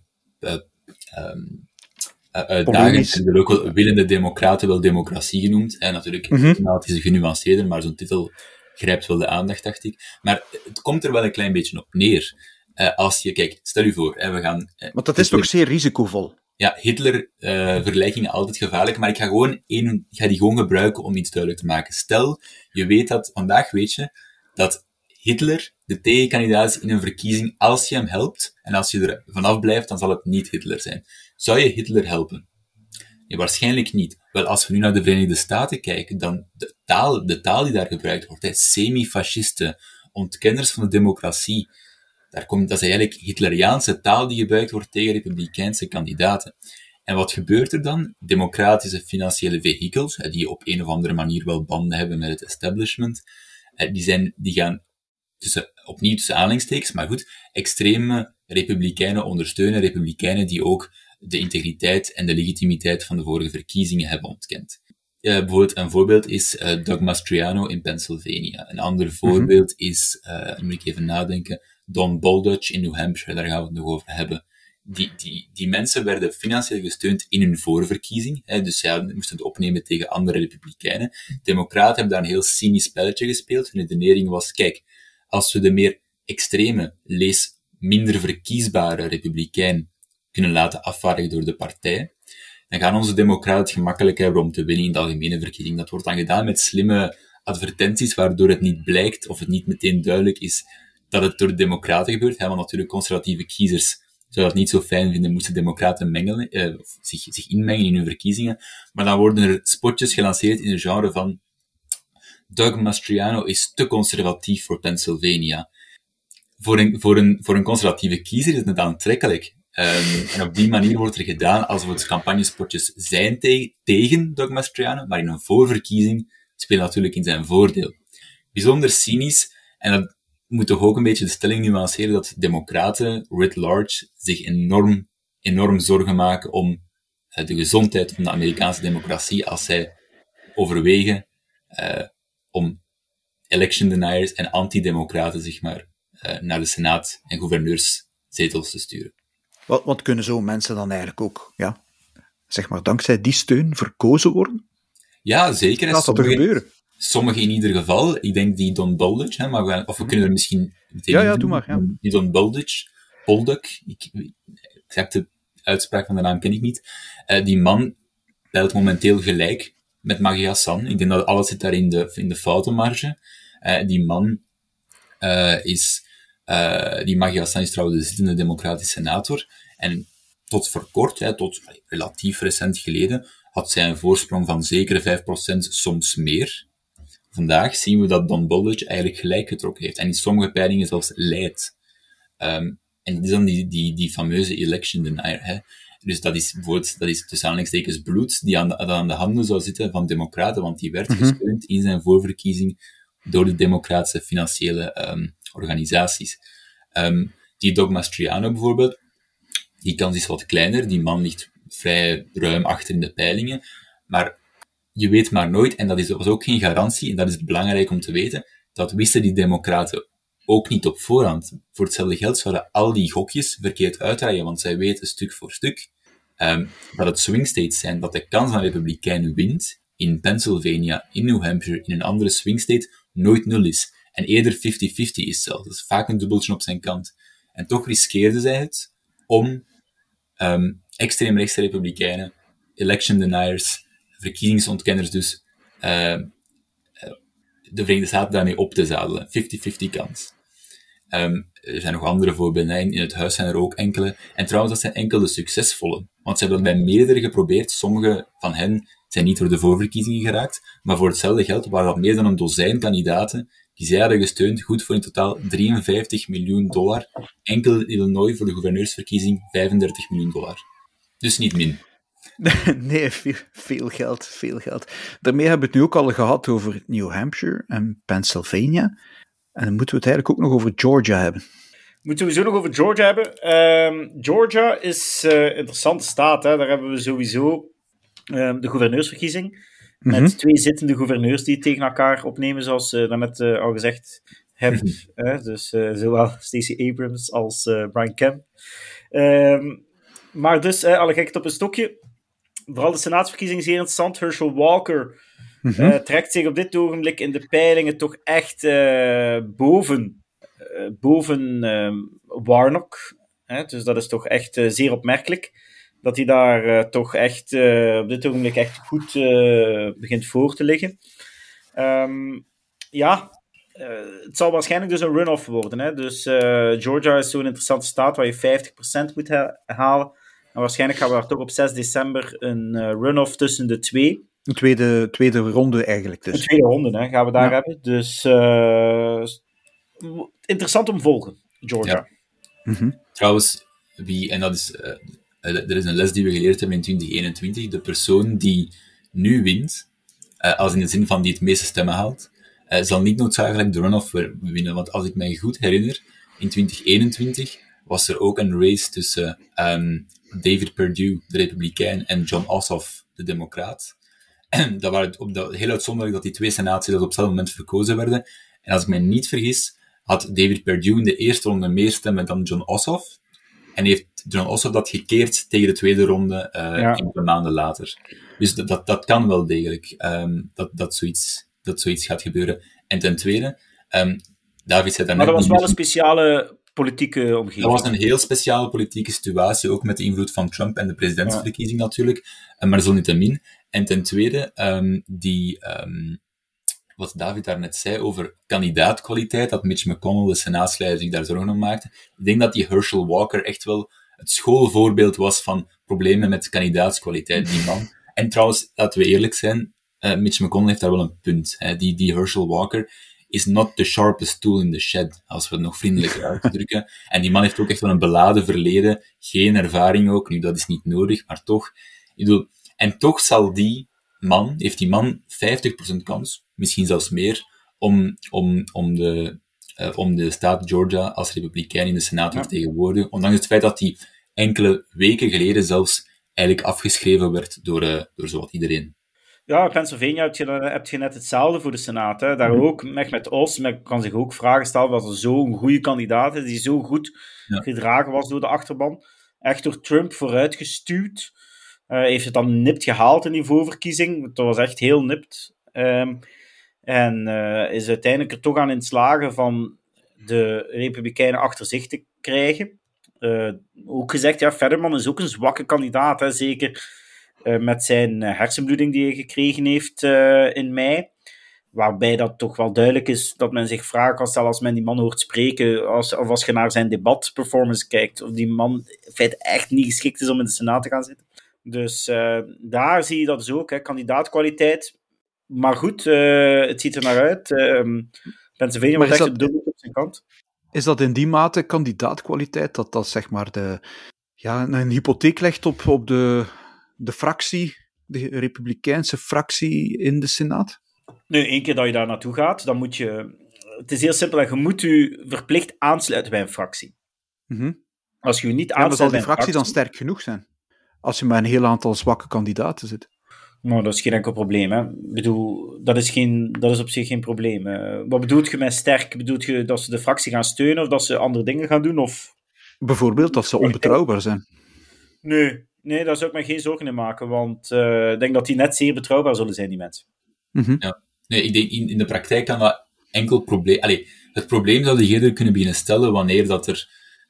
uitdagend. En er ook wel willende democraten wel democratie genoemd. En natuurlijk, het is genuanceerder, maar zo'n titel grijpt wel de aandacht, dacht ik. Maar het komt er wel een klein beetje op neer. Kijk, stel je voor, we gaan... Want dat is toch zeer risicovol? Ja, Hitler-vergelijkingen altijd gevaarlijk, maar ik ga die gewoon gebruiken om iets duidelijk te maken. Stel, vandaag weet je dat Hitler de tegenkandidaat is in een verkiezing als je hem helpt, en als je er vanaf blijft, dan zal het niet Hitler zijn. Zou je Hitler helpen? Nee, waarschijnlijk niet. Wel, als we nu naar de Verenigde Staten kijken, dan de taal die daar gebruikt wordt, semi-fascisten, ontkenners van de democratie, dat is eigenlijk Hitleriaanse taal die gebruikt wordt tegen republikeinse kandidaten. En wat gebeurt er dan? Democratische financiële vehikels, die op een of andere manier wel banden hebben met het establishment, die gaan opnieuw tussen aanhalingstekens, maar goed, extreme republikeinen ondersteunen, republikeinen die ook de integriteit en de legitimiteit van de vorige verkiezingen hebben ontkend. Bijvoorbeeld, een voorbeeld is Doug Mastriano in Pennsylvania. Een ander voorbeeld is, moet ik even nadenken, Don Bolduc in New Hampshire, daar gaan we het nog over hebben. Die mensen werden financieel gesteund in hun voorverkiezing, dus zij moesten het opnemen tegen andere republikeinen. Democraten hebben daar een heel cynisch spelletje gespeeld. Hun redenering was, kijk, als we de meer extreme, minder verkiesbare republikein kunnen laten afvaardigen door de partij, dan gaan onze democraten het gemakkelijk hebben om te winnen in de algemene verkiezing. Dat wordt dan gedaan met slimme advertenties, waardoor het niet blijkt, of het niet meteen duidelijk is, dat het door de democraten gebeurt. Want natuurlijk conservatieve kiezers zouden dat niet zo fijn vinden, moesten democraten zich inmengen in hun verkiezingen. Maar dan worden er spotjes gelanceerd in het genre van Doug Mastriano is te conservatief voor Pennsylvania. Voor een conservatieve kiezer is het aantrekkelijk. En op die manier wordt er gedaan alsof het campagnespotjes zijn tegen Doug Mastriano, maar in een voorverkiezing spelen natuurlijk in zijn voordeel. Bijzonder cynisch, en dat moet toch ook een beetje de stelling nuanceren dat democraten, writ large, zich enorm zorgen maken om de gezondheid van de Amerikaanse democratie als zij overwegen om election deniers en antidemocraten, zeg maar, naar de Senaat en gouverneurszetels te sturen. Wat kunnen zo'n mensen dan eigenlijk ook, zeg maar, dankzij die steun verkozen worden? Ja, zeker. Gaat dat er gebeuren? Sommigen in ieder geval. Ik denk die Don Bolduc, of we kunnen er misschien meteen doe maar. Ja. Die Don Bolduc, exacte uitspraak van de naam ken ik niet. Die man telt momenteel gelijk met Maggie Hassan. Ik denk dat alles zit daar in de foutenmarge. Die man die Maggie Hassan is trouwens de zittende democratische senator. En tot voor kort, tot relatief recent geleden, had zij een voorsprong van zeker 5%, soms meer. Vandaag zien we dat Don Bolduc eigenlijk gelijk getrokken heeft. En in sommige peilingen zelfs leidt. En dat is dan die fameuze election denier. Dus dat is tussen aanhalingstekens bloed die aan de handen zou zitten van democraten, want die werd gesteund in zijn voorverkiezing door de democratische financiële organisaties. Die Doug Mastriano bijvoorbeeld, die kans is wat kleiner, die man ligt vrij ruim achter in de peilingen, maar je weet maar nooit, en dat was ook geen garantie, en dat is belangrijk om te weten, dat wisten die democraten ook niet op voorhand. Voor hetzelfde geld zouden al die gokjes verkeerd uitdraaien, want zij weten stuk voor stuk dat het swing states zijn, dat de kans van een republikein wint in Pennsylvania, in New Hampshire, in een andere swing state, nooit 0 is. En eerder 50-50 is zelfs. Dat is vaak een dubbeltje op zijn kant. En toch riskeerden zij het om extreemrechtse republikeinen, election deniers, verkiezingsontkenners dus, de Verenigde Staten daarmee op te zadelen. 50-50 kans. Er zijn nog andere voorbeelden. In het huis zijn er ook enkele. En trouwens, dat zijn enkel de succesvolle. Want ze hebben dat bij meerdere geprobeerd. Sommige van hen zijn niet door de voorverkiezingen geraakt. Maar voor hetzelfde geld waren dat meer dan een dozijn kandidaten die zij hadden gesteund, goed voor in totaal $53 miljoen. Enkel Illinois voor de gouverneursverkiezing $35 miljoen. Dus niet min. Nee, veel geld. Daarmee hebben we het nu ook al gehad over New Hampshire en Pennsylvania. En dan moeten we het eigenlijk ook nog over Georgia hebben. Moeten we sowieso nog over Georgia hebben. Georgia is een interessante staat. Hè. Daar hebben we sowieso de gouverneursverkiezing. Met 2 zittende gouverneurs die het tegen elkaar opnemen, zoals daarnet al gezegd. hebt. Dus zowel Stacey Abrams als Brian Kemp. Maar dus, alle gekheid op een stokje. Vooral de senaatsverkiezingen zeer interessant. Herschel Walker trekt zich op dit ogenblik in de peilingen toch echt boven Warnock. Dus dat is toch echt zeer opmerkelijk. Dat hij daar toch echt op dit ogenblik echt goed begint voor te liggen. Het zal waarschijnlijk dus een runoff worden. Hè? Dus Georgia is zo'n interessante staat waar je 50% moet halen. En waarschijnlijk gaan we daar toch op 6 december een runoff tussen de twee. Een tweede ronde eigenlijk dus. Een tweede ronde gaan we daar hebben. Dus interessant om te volgen, Georgia. Ja. Trouwens, en dat is... er is een les die we geleerd hebben in 2021. De persoon die nu wint, als in de zin van die het meeste stemmen haalt, zal niet noodzakelijk de runoff winnen. Want als ik mij goed herinner, in 2021 was er ook een race tussen David Perdue, de Republikein, en Jon Ossoff, de Democraat. Dat waren heel uitzonderlijk dat die twee senaatsleden op hetzelfde moment verkozen werden. En als ik mij niet vergis, had David Perdue in de eerste ronde meer stemmen dan Jon Ossoff. En heeft Jon Ossoff dat gekeerd tegen de tweede ronde enkele maanden later. Dus dat kan wel degelijk, dat zoiets gaat gebeuren. En ten tweede, David zei daarnet... Maar dat was wel een speciale politieke omgeving. Dat was een heel speciale politieke situatie, ook met de invloed van Trump en de presidentsverkiezing natuurlijk. Maar desalniettemin. En ten tweede, wat David daarnet zei over kandidaatkwaliteit, dat Mitch McConnell, de senaatsleider, zich daar zorgen om maakte. Ik denk dat die Herschel Walker echt wel het schoolvoorbeeld was van problemen met kandidaatskwaliteit, die man. En trouwens, laten we eerlijk zijn, Mitch McConnell heeft daar wel een punt. Die Herschel Walker is not the sharpest tool in the shed, als we het nog vriendelijker uitdrukken. En die man heeft ook echt wel een beladen verleden, geen ervaring ook. Nu, dat is niet nodig, maar toch. En toch heeft die man 50% kans, misschien zelfs meer, om de staat Georgia als republikein in de Senaat te vertegenwoordigen, ondanks het feit dat hij enkele weken geleden zelfs eigenlijk afgeschreven werd door zowat iedereen. Ja, in Pennsylvania heb je net hetzelfde voor de Senaat. Hè. Daar ook, met Oz, kan zich ook vragen stellen dat er zo'n goede kandidaat is, die zo goed gedragen was door de achterban. Echt door Trump vooruitgestuurd. Heeft het dan nipt gehaald in die voorverkiezing. Dat was echt heel nipt. En is uiteindelijk er toch aan in het slagen van de Republikeinen achter zich te krijgen. Ook gezegd, Fetterman is ook een zwakke kandidaat. Hè, zeker met zijn hersenbloeding die hij gekregen heeft in mei. Waarbij dat toch wel duidelijk is dat men zich vragen kan stellen als men die man hoort spreken, of als je naar zijn debatperformance kijkt, of die man in feite echt niet geschikt is om in de Senaat te gaan zitten. Dus daar zie je dat dus ook, hè, kandidaatkwaliteit. Maar goed, het ziet er naar uit. Pennsylvania wordt echt dubbel op zijn kant. Is dat in die mate kandidaatkwaliteit dat zeg maar een hypotheek legt op de fractie, de Republikeinse fractie in de Senaat? Nu, één keer dat je daar naartoe gaat, dan moet je... Het is heel simpel, je moet je verplicht aansluiten bij een fractie. Mm-hmm. Als je niet aansluit zal bij die fractie dan sterk genoeg zijn? Als je met een heel aantal zwakke kandidaten zit. Nou, dat is geen enkel probleem. Hè. Ik bedoel, dat is op zich geen probleem. Wat bedoelt je met sterk? Bedoelt je dat ze de fractie gaan steunen of dat ze andere dingen gaan doen? Of... Bijvoorbeeld dat ze onbetrouwbaar zijn. Nee, daar zou ik me geen zorgen in maken, want ik denk dat die net zeer betrouwbaar zullen zijn, die mensen. Mm-hmm. Ja. Nee, ik denk in de praktijk kan dat enkel probleem... het probleem zou je eerder kunnen beginnen stellen wanneer dat er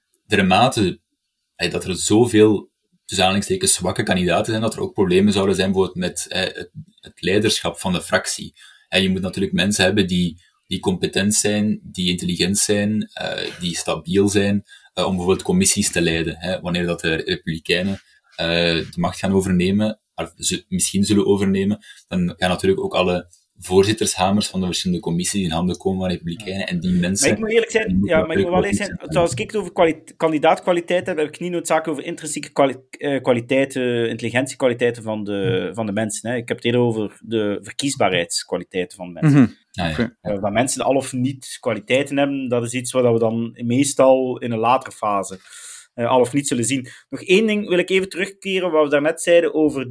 dat er zoveel, tussen aanhalingstekens, zwakke kandidaten zijn, dat er ook problemen zouden zijn bijvoorbeeld met het leiderschap van de fractie. Je moet natuurlijk mensen hebben die competent zijn, die intelligent zijn, die stabiel zijn, om bijvoorbeeld commissies te leiden. Wanneer dat de Republikeinen de macht gaan overnemen, of misschien zullen overnemen, dan gaan natuurlijk ook alle voorzittershamers van de verschillende commissies in handen komen van Republikeinen en die mensen... Maar ik moet eerlijk zijn, als ik het over kandidaatkwaliteit heb ik niet noodzakelijk over intrinsieke kwaliteiten, intelligentiekwaliteiten van de mensen. Hè. Ik heb het eerder over de verkiesbaarheidskwaliteiten van mensen. Mm-hmm. Dat mensen al of niet kwaliteiten hebben, dat is iets wat we dan meestal in een latere fase al of niet zullen zien. Nog één ding wil ik even terugkeren, wat we daarnet zeiden over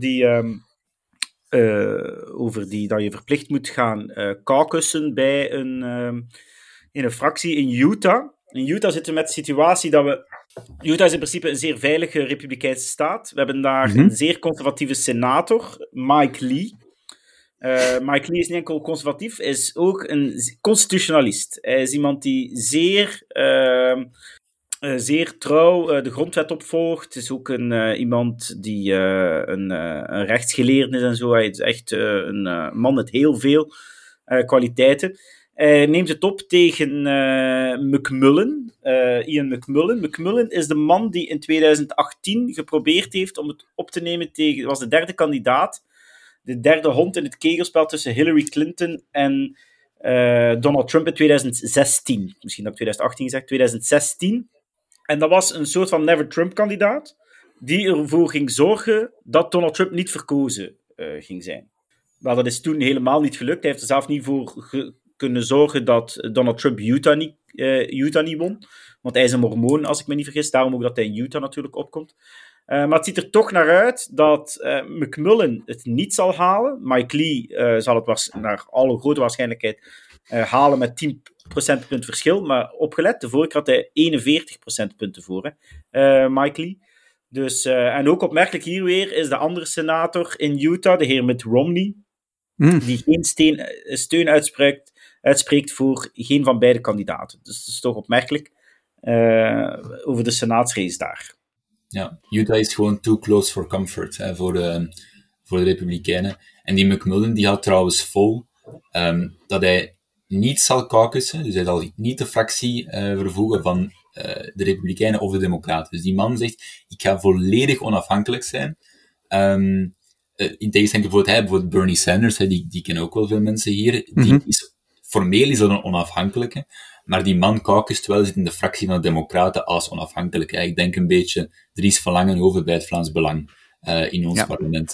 dat je verplicht moet gaan caucussen bij een in een fractie in Utah. In Utah zitten we met de situatie dat we... Utah is in principe een zeer veilige republikeinse staat. We hebben daar een zeer conservatieve senator, Mike Lee. Mike Lee is niet enkel conservatief, hij is ook een constitutionalist. Hij is iemand die zeer trouw de grondwet opvolgt. Het is ook iemand die een rechtsgeleerde is en zo. Hij is echt een man met heel veel kwaliteiten. Hij neemt het op tegen McMullen, Ian McMullen. McMullen is de man die in 2018 geprobeerd heeft om het op te nemen tegen... was de derde kandidaat, de derde hond in het kegelspel tussen Hillary Clinton en Donald Trump in 2016. Misschien heb ik 2018 gezegd, 2016. En dat was een soort van Never Trump-kandidaat, die ervoor ging zorgen dat Donald Trump niet verkozen ging zijn. Maar dat is toen helemaal niet gelukt. Hij heeft er zelf niet voor kunnen zorgen dat Donald Trump Utah niet won. Want hij is een mormoon, als ik me niet vergis. Daarom ook dat hij in Utah natuurlijk opkomt. Maar het ziet er toch naar uit dat McMullen het niet zal halen. Mike Lee zal het naar alle grote waarschijnlijkheid halen met 10 procentpunt verschil. Maar opgelet, de vorige keer had hij 41 procentpunten voor, Mike Lee. Dus, en ook opmerkelijk hier weer is de andere senator in Utah, de heer Mitt Romney, die geen steun uitspreekt voor geen van beide kandidaten. Dus het is toch opmerkelijk over de senaatsrace daar. Ja, Utah is gewoon too close for comfort voor de Republikeinen. En die McMullen die houdt trouwens vol dat hij niet zal caucussen, dus hij zal niet de fractie vervoegen van de Republikeinen of de Democraten. Dus die man zegt, ik ga volledig onafhankelijk zijn. In tegenstelling bijvoorbeeld Bernie Sanders, die kennen ook wel veel mensen hier, formeel is dat een onafhankelijke, maar die man caucust wel, zit in de fractie van de Democraten als onafhankelijke. Ik denk een beetje Dries van Langenhoven bij het Vlaams Belang in ons parlement.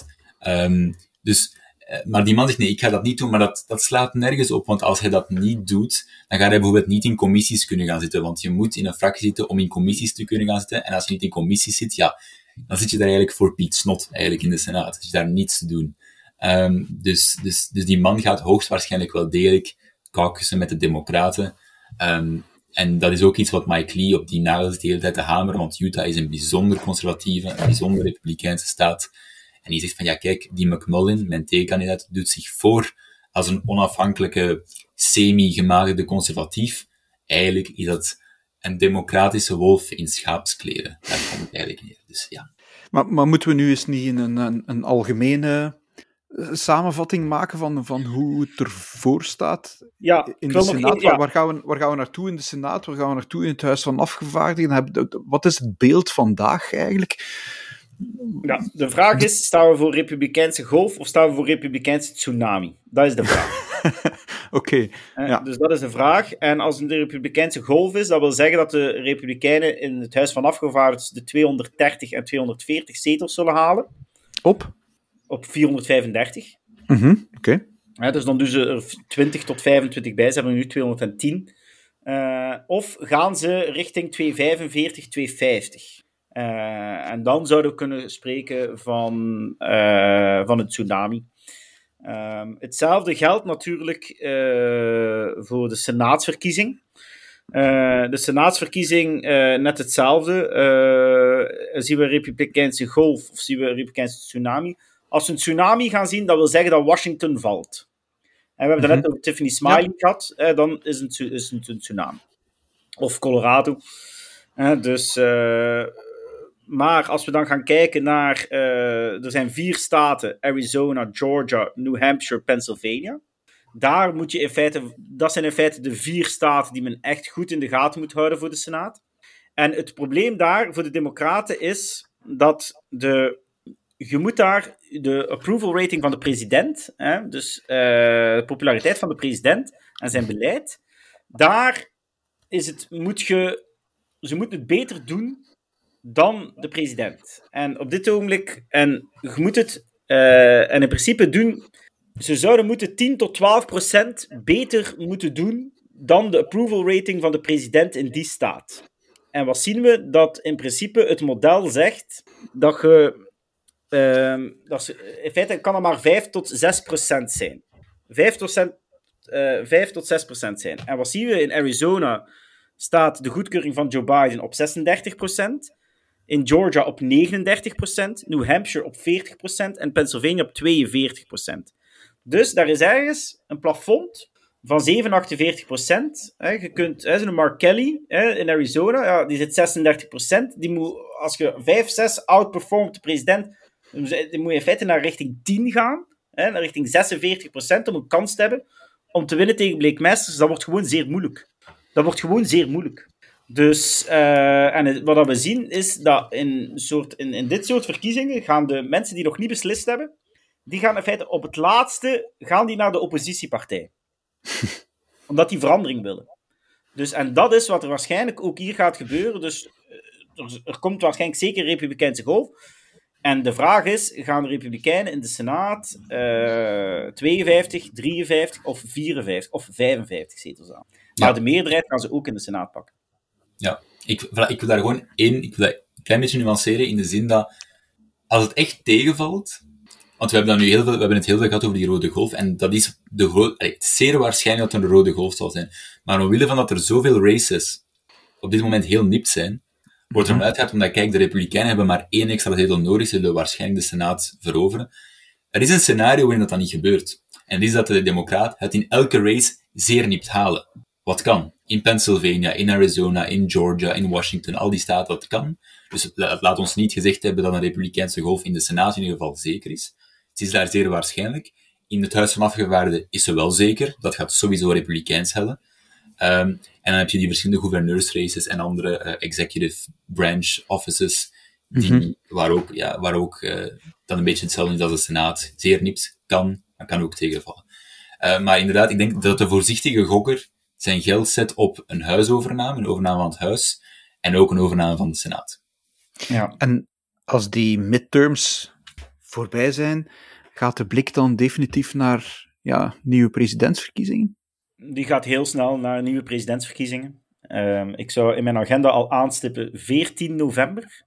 Maar die man zegt, nee, ik ga dat niet doen, maar dat slaat nergens op, want als hij dat niet doet, dan gaat hij bijvoorbeeld niet in commissies kunnen gaan zitten, want je moet in een fractie zitten om in commissies te kunnen gaan zitten, en als je niet in commissies zit, dan zit je daar eigenlijk voor Piet Snot, eigenlijk in de Senaat. Dan zit je daar niets te doen. Dus die man gaat hoogstwaarschijnlijk wel degelijk caucussen met de Democraten. En dat is ook iets wat Mike Lee op die nagel zit de hele tijd te hameren, want Utah is een bijzonder conservatieve, een bijzonder republikeinse staat. En die zegt van, ja kijk, die McMullen, mijn tegenkandidaat, doet zich voor als een onafhankelijke, semi-gematigde conservatief. Eigenlijk is dat een democratische wolf in schaapskleren. Daar komt het eigenlijk neer. Dus ja. Maar moeten we nu eens niet een algemene samenvatting maken van hoe het ervoor staat in de Senaat? Waar gaan we naartoe in de Senaat? Waar gaan we naartoe in het Huis van Afgevaardigden? Wat is het beeld vandaag eigenlijk? Ja, de vraag is, staan we voor republikeinse golf of staan we voor republikeinse tsunami? Dat is de vraag. Oké. Dus dat is de vraag. En als het de republikeinse golf is, dat wil zeggen dat de republikeinen in het Huis van Afgevaardigden de 230 en 240 zetels zullen halen. Op 435. Oké. Dus dan doen ze er 20 tot 25 bij. Ze hebben nu 210. Of gaan ze richting 245, 250. En dan zouden we kunnen spreken van een tsunami. Hetzelfde geldt natuurlijk voor de senaatsverkiezing. De senaatsverkiezing net hetzelfde. Zien we een republikeinse golf of zien we een republikeinse tsunami? Als we een tsunami gaan zien, dat wil zeggen dat Washington valt. En we hebben het net over Tiffany Smiley gehad. Dan is het een tsunami. Of Colorado. Maar als we dan gaan kijken naar... er zijn 4 staten. Arizona, Georgia, New Hampshire, Pennsylvania. Daar moet je in feite... Dat zijn in feite de 4 staten die men echt goed in de gaten moet houden voor de Senaat. En het probleem daar voor de Democraten is dat je moet daar de approval rating van de president, dus de populariteit van de president en zijn beleid, daar is ze moeten het beter doen dan de president. En op dit ogenblik, en je moet het en in principe doen, ze zouden moeten 10 tot 12% beter moeten doen dan de approval rating van de president in die staat. En wat zien we? Dat in principe het model zegt dat in feite kan het maar 5 tot 6% zijn. 5% 5 tot 6% zijn. En wat zien we? In Arizona staat de goedkeuring van Joe Biden op 36%. In Georgia op 39%. New Hampshire op 40%. En Pennsylvania op 42%. Dus daar is ergens een plafond van 47%. Je kunt, zo'n Mark Kelly in Arizona, die zit 36%. Die moet, als je 5, 6 outperformt de president, dan moet je in feite naar richting 10 gaan. Naar richting 46% om een kans te hebben om te winnen tegen Blake Masters. Dat wordt gewoon zeer moeilijk. Dus en wat we zien is dat in dit soort verkiezingen gaan de mensen die nog niet beslist hebben, die gaan in feite op het laatste naar de oppositiepartij. Omdat die verandering willen. Dus, en dat is wat er waarschijnlijk ook hier gaat gebeuren. Dus er komt waarschijnlijk zeker een Republikeinse golf. En de vraag is, gaan de Republikeinen in de Senaat 52, 53 of 54 of 55 zetels aan? Maar de meerderheid gaan ze ook in de Senaat pakken. Ja, ik wil daar gewoon een klein beetje nuanceren in de zin dat als het echt tegenvalt, want we hebben het heel veel gehad over die rode golf, en dat is het is zeer waarschijnlijk dat er een rode golf zal zijn. Maar omwille van dat er zoveel races op dit moment heel nipt zijn, wordt er vanuit gegaan, omdat kijk, de Republikeinen hebben maar 1 extra zetel nodig, ze zullen waarschijnlijk de Senaat veroveren. Er is een scenario waarin dat niet gebeurt. En dat is dat de Democraat het in elke race zeer nipt halen. Wat kan? In Pennsylvania, in Arizona, in Georgia, in Washington, al die staten, dat kan. Dus laat ons niet gezegd hebben dat een Republikeinse golf in de Senaat in ieder geval zeker is. Het is daar zeer waarschijnlijk. In het Huis van Afgevaardigden is ze wel zeker. Dat gaat sowieso Republikeins hellen. En dan heb je die verschillende gouverneursraces en andere executive branch offices, waar ook dan een beetje hetzelfde is als de Senaat. Zeer nipt kan, maar kan ook tegenvallen. Maar inderdaad, ik denk dat de voorzichtige gokker zijn geld zet op een huisovername, een overname van het huis, en ook een overname van de Senaat. Ja. En als die midterms voorbij zijn, gaat de blik dan definitief naar nieuwe presidentsverkiezingen? Die gaat heel snel naar nieuwe presidentsverkiezingen. Ik zou in mijn agenda al aanstippen 14 november.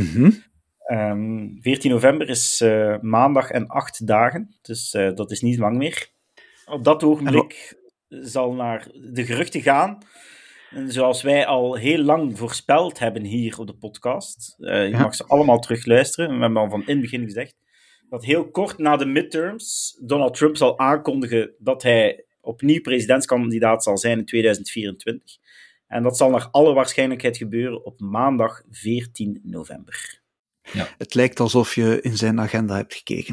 14 november is maandag en 8 dagen, dus dat is niet lang meer. Op dat ogenblik zal naar de geruchten gaan, zoals wij al heel lang voorspeld hebben hier op de podcast. Je mag ze allemaal terugluisteren. We hebben al van in het begin gezegd dat heel kort na de midterms Donald Trump zal aankondigen dat hij opnieuw presidentskandidaat zal zijn in 2024. En dat zal naar alle waarschijnlijkheid gebeuren op maandag 14 november. Ja. Het lijkt alsof je in zijn agenda hebt gekeken.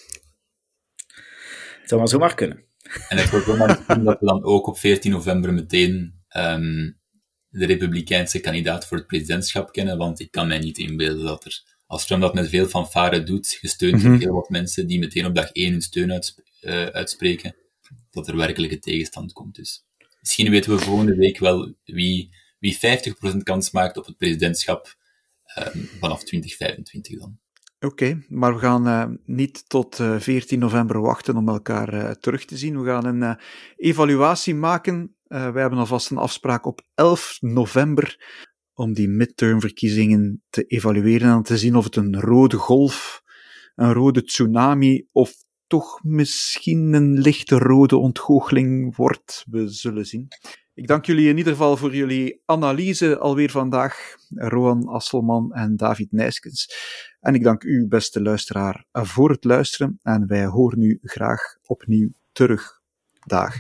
Het zou maar zomaar kunnen. En het wordt wel maar dat we dan ook op 14 november meteen de Republikeinse kandidaat voor het presidentschap kennen, want ik kan mij niet inbeelden dat er, als Trump dat met veel fanfare doet, gesteund door heel wat mensen die meteen op dag 1 hun steun uitspreken, dat er werkelijke tegenstand komt. Dus misschien weten we volgende week wel wie 50% kans maakt op het presidentschap vanaf 2025 dan. Oké, maar we gaan niet tot 14 november wachten om elkaar terug te zien. We gaan een evaluatie maken. Wij hebben alvast een afspraak op 11 november om die midtermverkiezingen te evalueren en te zien of het een rode golf, een rode tsunami of toch misschien een lichte rode ontgoocheling wordt. We zullen zien. Ik dank jullie in ieder geval voor jullie analyse alweer vandaag, Rowan Asselman en David Nijskens. En ik dank u, beste luisteraar, voor het luisteren. En wij horen u graag opnieuw terug. Dag.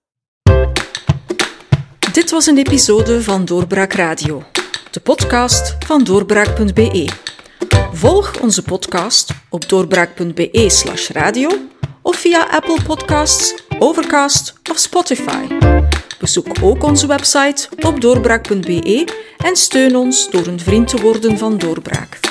Dit was een episode van Doorbraak Radio, de podcast van doorbraak.be. Volg onze podcast op doorbraak.be/radio of via Apple Podcasts, Overcast of Spotify. Bezoek ook onze website op doorbraak.be en steun ons door een vriend te worden van Doorbraak.